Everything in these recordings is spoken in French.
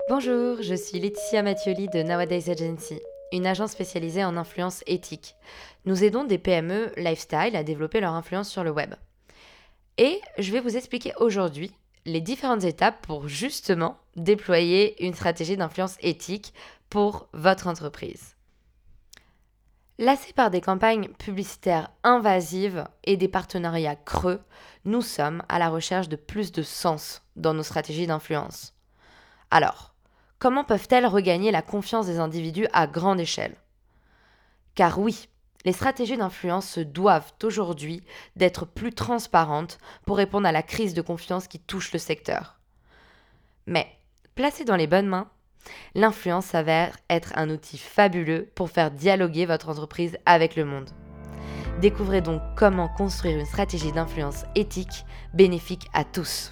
Bonjour, je suis Laetitia Mattioli de Nowadays Agency, une agence spécialisée en influence éthique. Nous aidons des PME lifestyle à développer leur influence sur le web. Et je vais vous expliquer aujourd'hui les différentes étapes pour justement déployer une stratégie d'influence éthique pour votre entreprise. Lassés par des campagnes publicitaires invasives et des partenariats creux, nous sommes à la recherche de plus de sens dans nos stratégies d'influence. Alors, comment peuvent-elles regagner la confiance des individus à grande échelle? Car oui, les stratégies d'influence se doivent aujourd'hui d'être plus transparentes pour répondre à la crise de confiance qui touche le secteur. Mais, placée dans les bonnes mains, l'influence s'avère être un outil fabuleux pour faire dialoguer votre entreprise avec le monde. Découvrez donc comment construire une stratégie d'influence éthique bénéfique à tous.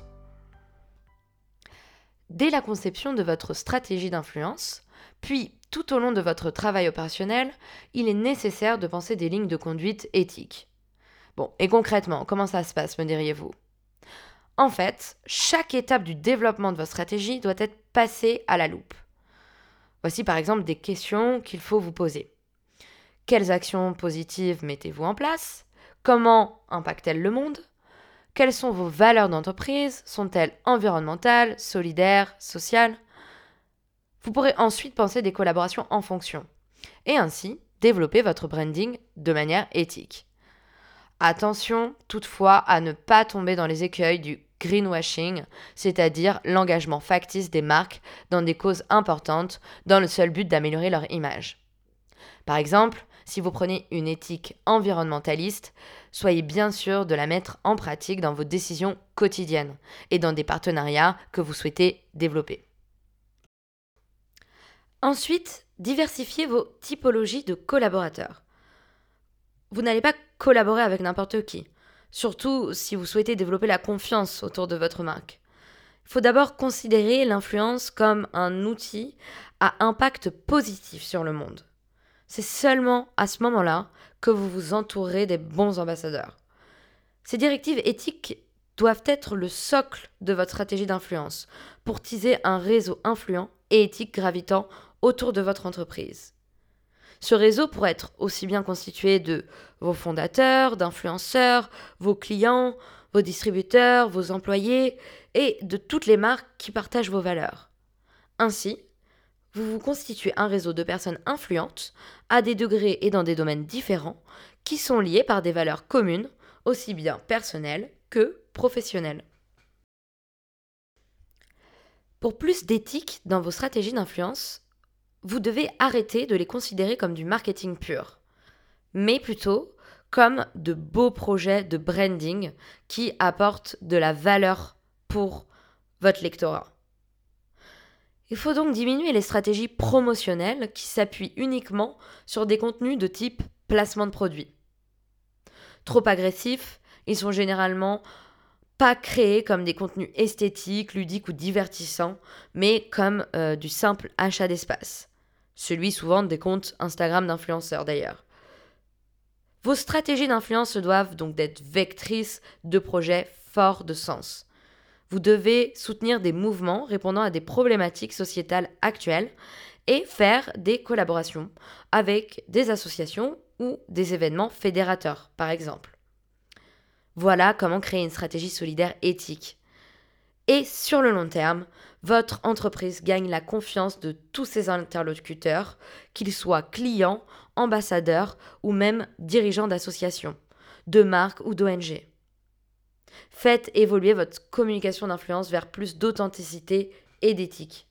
Dès la conception de votre stratégie d'influence, puis tout au long de votre travail opérationnel, il est nécessaire de penser des lignes de conduite éthiques. Bon, et concrètement, comment ça se passe, me diriez-vous? En fait, chaque étape du développement de votre stratégie doit être passée à la loupe. Voici par exemple des questions qu'il faut vous poser. Quelles actions positives mettez-vous en place? Comment impactent-elles le monde? Quelles sont vos valeurs d'entreprise? Sont-elles environnementales, solidaires, sociales? Vous pourrez ensuite penser des collaborations en fonction et ainsi développer votre branding de manière éthique. Attention toutefois à ne pas tomber dans les écueils du greenwashing, c'est-à-dire l'engagement factice des marques dans des causes importantes dans le seul but d'améliorer leur image. Par exemple, si vous prenez une éthique environnementaliste, soyez bien sûr de la mettre en pratique dans vos décisions quotidiennes et dans des partenariats que vous souhaitez développer. Ensuite, diversifiez vos typologies de collaborateurs. Vous n'allez pas collaborer avec n'importe qui, surtout si vous souhaitez développer la confiance autour de votre marque. Il faut d'abord considérer l'influence comme un outil à impact positif sur le monde. C'est seulement à ce moment-là que vous vous entourez des bons ambassadeurs. Ces directives éthiques doivent être le socle de votre stratégie d'influence pour teaser un réseau influent et éthique gravitant autour de votre entreprise. Ce réseau pourrait être aussi bien constitué de vos fondateurs, d'influenceurs, vos clients, vos distributeurs, vos employés et de toutes les marques qui partagent vos valeurs. Ainsi, vous vous constituez un réseau de personnes influentes à des degrés et dans des domaines différents qui sont liés par des valeurs communes, aussi bien personnelles que professionnelles. Pour plus d'éthique dans vos stratégies d'influence, vous devez arrêter de les considérer comme du marketing pur, mais plutôt comme de beaux projets de branding qui apportent de la valeur pour votre lectorat. Il faut donc diminuer les stratégies promotionnelles qui s'appuient uniquement sur des contenus de type placement de produits. Trop agressifs, ils sont généralement pas créés comme des contenus esthétiques, ludiques ou divertissants, mais comme du simple achat d'espace. Celui souvent des comptes Instagram d'influenceurs d'ailleurs. Vos stratégies d'influence doivent donc être vectrices de projets forts de sens. Vous devez soutenir des mouvements répondant à des problématiques sociétales actuelles et faire des collaborations avec des associations ou des événements fédérateurs, par exemple. Voilà comment créer une stratégie solidaire éthique. Et sur le long terme, votre entreprise gagne la confiance de tous ses interlocuteurs, qu'ils soient clients, ambassadeurs ou même dirigeants d'associations, de marques ou d'ONG. Faites évoluer votre communication d'influence vers plus d'authenticité et d'éthique.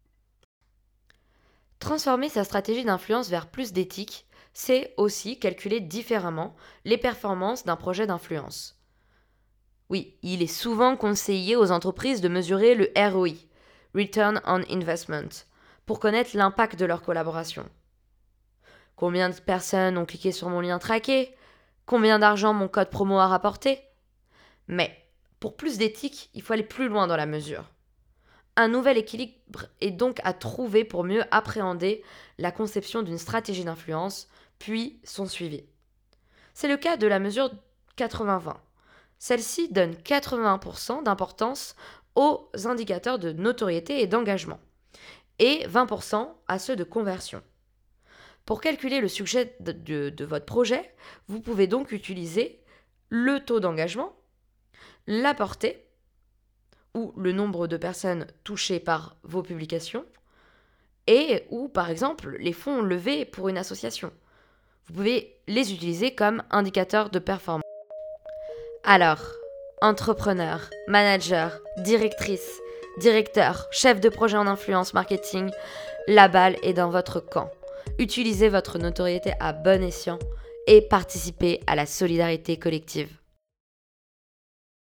Transformer sa stratégie d'influence vers plus d'éthique, c'est aussi calculer différemment les performances d'un projet d'influence. Oui, il est souvent conseillé aux entreprises de mesurer le ROI, Return on Investment, pour connaître l'impact de leur collaboration. Combien de personnes ont cliqué sur mon lien traqué? Combien d'argent mon code promo a rapporté? Mais pour plus d'éthique, il faut aller plus loin dans la mesure. Un nouvel équilibre est donc à trouver pour mieux appréhender la conception d'une stratégie d'influence, puis son suivi. C'est le cas de la mesure 80-20. Celle-ci donne 80% d'importance aux indicateurs de notoriété et d'engagement, et 20% à ceux de conversion. Pour calculer le succès de votre projet, vous pouvez donc utiliser le taux d'engagement, la portée, ou le nombre de personnes touchées par vos publications, et ou par exemple les fonds levés pour une association. Vous pouvez les utiliser comme indicateurs de performance. Alors, entrepreneur, manager, directrice, directeur, chef de projet en influence marketing, la balle est dans votre camp. Utilisez votre notoriété à bon escient et participez à la solidarité collective.